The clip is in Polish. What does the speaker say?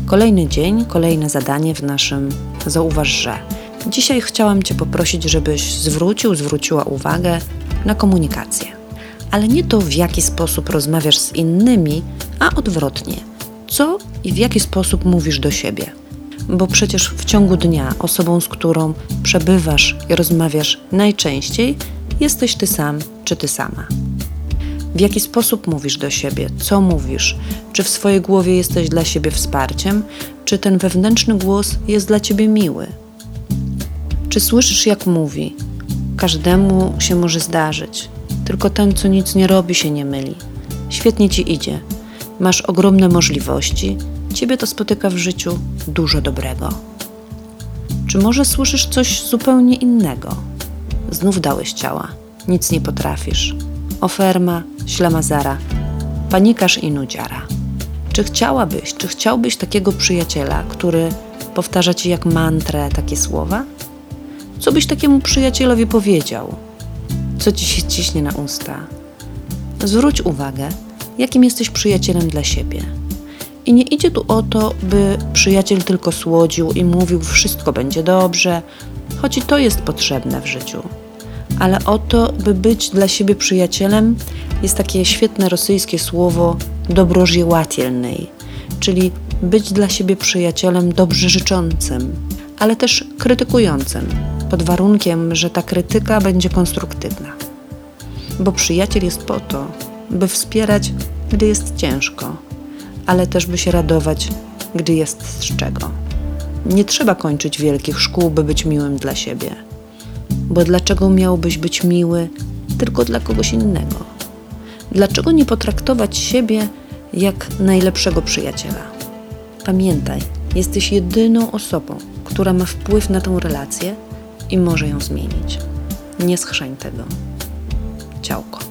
Kolejny dzień, kolejne zadanie w naszym Zauważ, że. Dzisiaj chciałam Cię poprosić, żebyś zwróciła uwagę na komunikację. Ale nie to, w jaki sposób rozmawiasz z innymi, a odwrotnie. Co i w jaki sposób mówisz do siebie. Bo przecież w ciągu dnia osobą, z którą przebywasz i rozmawiasz najczęściej, jesteś Ty sam czy Ty sama. W jaki sposób mówisz do siebie? Co mówisz? Czy w swojej głowie jesteś dla siebie wsparciem? Czy ten wewnętrzny głos jest dla Ciebie miły? Czy słyszysz, jak mówi? Każdemu się może zdarzyć. Tylko ten, co nic nie robi, się nie myli. Świetnie Ci idzie. Masz ogromne możliwości. Ciebie to spotyka w życiu dużo dobrego. Czy może słyszysz coś zupełnie innego? Znów dałeś ciała. Nic nie potrafisz. Oferma, ślamazara, panikasz i nudziara. Czy chciałbyś takiego przyjaciela, który powtarza Ci jak mantrę takie słowa? Co byś takiemu przyjacielowi powiedział? Co Ci się ciśnie na usta? Zwróć uwagę, jakim jesteś przyjacielem dla siebie. I nie idzie tu o to, by przyjaciel tylko słodził i mówił, wszystko będzie dobrze, choć i to jest potrzebne w życiu. Ale o to, by być dla siebie przyjacielem, jest takie świetne rosyjskie słowo dobrożelatelny, czyli być dla siebie przyjacielem dobrze życzącym, ale też krytykującym, pod warunkiem, że ta krytyka będzie konstruktywna. Bo przyjaciel jest po to, by wspierać, gdy jest ciężko, ale też by się radować, gdy jest z czego. Nie trzeba kończyć wielkich szkół, by być miłym dla siebie. Bo dlaczego miałbyś być miły tylko dla kogoś innego? Dlaczego nie potraktować siebie jak najlepszego przyjaciela? Pamiętaj, jesteś jedyną osobą, która ma wpływ na tę relację i może ją zmienić. Nie schrzań tego. Ciałko.